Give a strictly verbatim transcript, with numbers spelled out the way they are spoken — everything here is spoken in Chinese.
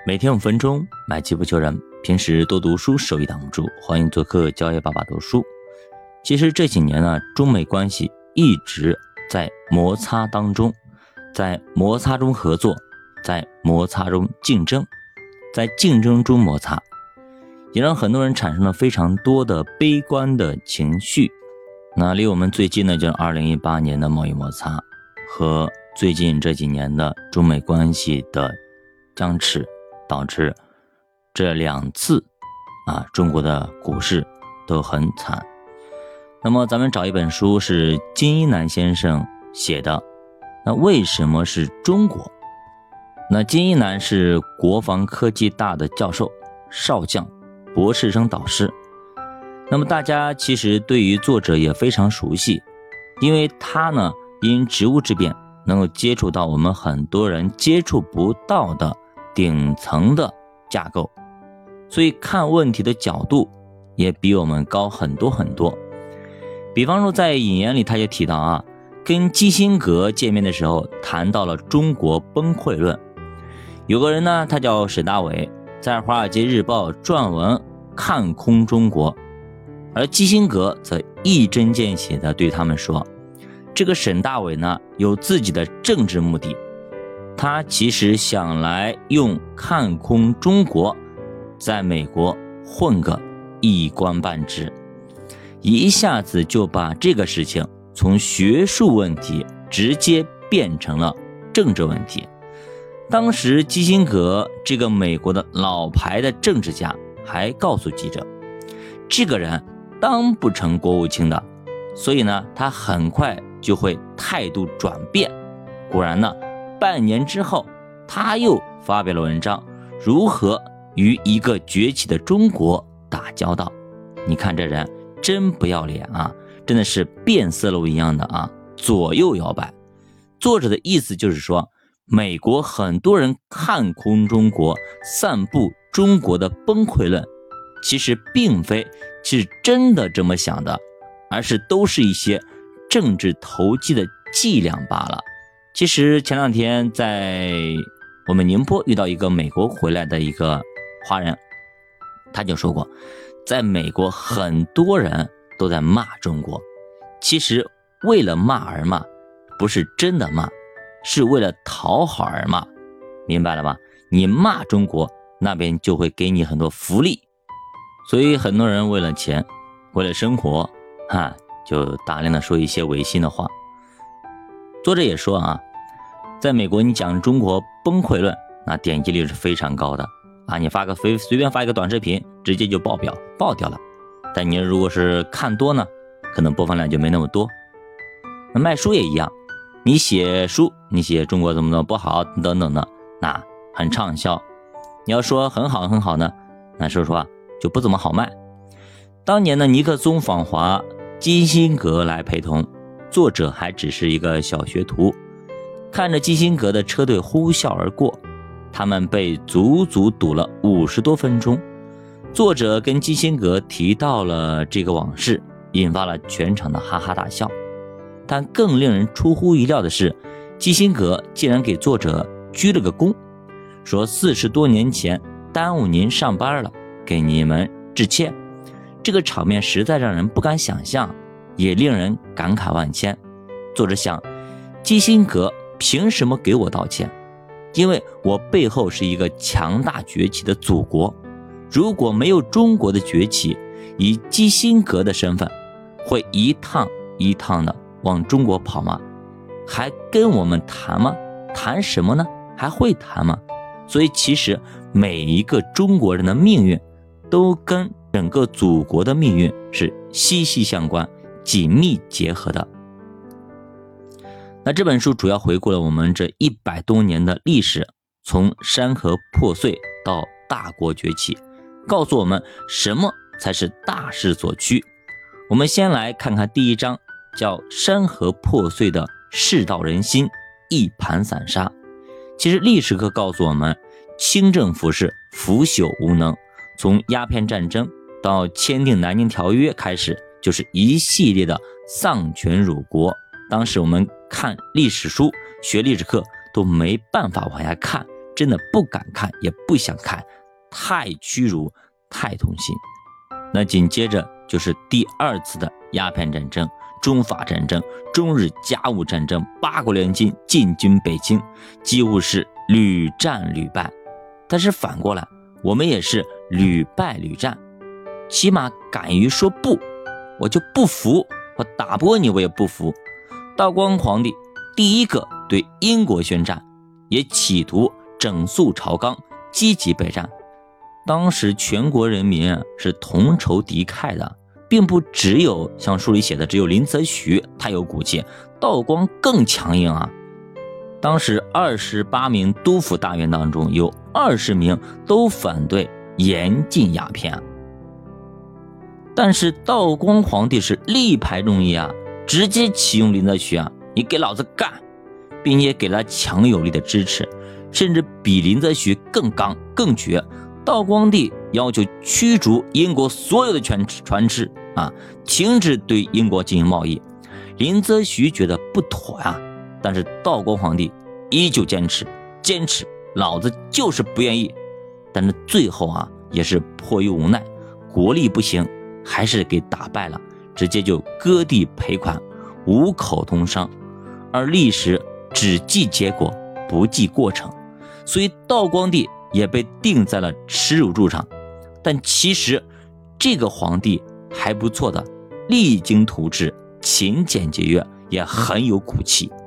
每天五分钟，买机不求人。平时多读书，手艺挡不住。欢迎做客教爷爸爸读书。其实这几年呢，中美关系一直在摩擦当中，在摩擦中合作，在摩擦中竞争，在竞争中摩擦，也让很多人产生了非常多的悲观的情绪。那离我们最近的就是二零一八年的贸易摩擦和最近这几年的中美关系的僵持，导致这两次啊，中国的股市都很惨。那么咱们找一本书是金一南先生写的，那为什么是中国？那金一南是国防科技大的教授、少将、博士生导师。那么大家其实对于作者也非常熟悉，因为他呢因职务之便能够接触到我们很多人接触不到的顶层的架构，所以看问题的角度也比我们高很多很多。比方说在引言里他就提到啊，跟基辛格见面的时候谈到了中国崩溃论。有个人呢，他叫沈大伟，在华尔街日报撰文看空中国，而基辛格则一针见血地对他们说，这个沈大伟呢有自己的政治目的，他其实想来用看空中国在美国混个一官半职，一下子就把这个事情从学术问题直接变成了政治问题。当时基辛格这个美国的老牌的政治家还告诉记者，这个人当不成国务卿的，所以呢他很快就会态度转变。果然呢，半年之后他又发表了文章，如何与一个崛起的中国打交道。你看这人真不要脸啊，真的是变色龙一样的啊，左右摇摆。作者的意思就是说，美国很多人看空中国，散布中国的崩溃论，其实并非是真的这么想的，而是都是一些政治投机的伎俩罢了。其实前两天在我们宁波遇到一个美国回来的一个华人，他就说过，在美国很多人都在骂中国，其实为了骂而骂，不是真的骂，是为了讨好而骂，明白了吧？你骂中国，那边就会给你很多福利。所以很多人为了钱，为了生活哈，就大量的说一些违心的话。作者也说啊，在美国你讲中国崩溃论，那点击率是非常高的啊，你发个随随便发一个短视频，直接就爆表爆掉了。但你如果是看多呢，可能播放量就没那么多。那卖书也一样，你写书，你写中国怎么怎么不好等等的，那很畅销。你要说很好很好呢，那说实话就不怎么好卖。当年的尼克松访华，基辛格来陪同，作者还只是一个小学徒，看着基辛格的车队呼啸而过，他们被足足堵了五十多分钟。作者跟基辛格提到了这个往事，引发了全场的哈哈大笑。但更令人出乎意料的是，基辛格竟然给作者鞠了个躬，说四十多年前耽误您上班了，给你们致歉。这个场面实在让人不敢想象，也令人感慨万千。作者想，基辛格凭什么给我道歉？因为我背后是一个强大崛起的祖国，如果没有中国的崛起，以基辛格的身份会一趟一趟的往中国跑吗？还跟我们谈吗？谈什么呢？还会谈吗？所以其实每一个中国人的命运都跟整个祖国的命运是息息相关、紧密结合的。那这本书主要回顾了我们这一百多年的历史，从山河破碎到大国崛起，告诉我们什么才是大势所趋。我们先来看看第一章，叫山河破碎的世道人心，一盘散沙。其实历史课告诉我们，清政府是腐朽无能，从鸦片战争到签订南京条约开始，就是一系列的丧权辱国。当时我们看历史书，学历史课都没办法往下看， 真的不敢看，也不想看，太屈辱，太痛心。那紧接着就是第二次的鸦片战争、中法战争、中日甲午战争，八国联军进军北京，几乎是屡战屡败。但是反过来，我们也是屡败屡战，起码敢于说不，我就不服，我打不过你我也不服。道光皇帝第一个对英国宣战，也企图整肃朝纲，积极备战。当时全国人民啊是同仇敌忾的，并不只有像书里写的只有林则徐他有骨气，道光更强硬啊。当时二十八名督府大员当中有二十名都反对严禁鸦片，但是道光皇帝是力排众议啊，直接启用林则徐啊，你给老子干，并且给了强有力的支持，甚至比林则徐更刚更绝。道光帝要求驱逐英国所有的船船只啊，停止对英国进行贸易。林则徐觉得不妥呀、啊，但是道光皇帝依旧坚持，坚持，老子就是不愿意。但是最后啊，也是迫于无奈，国力不行，还是给打败了，直接就割地赔款，五口通商。而历史只记结果，不记过程，所以道光帝也被定在了耻辱柱上。但其实这个皇帝还不错的，励精图治，勤俭节约，也很有骨气。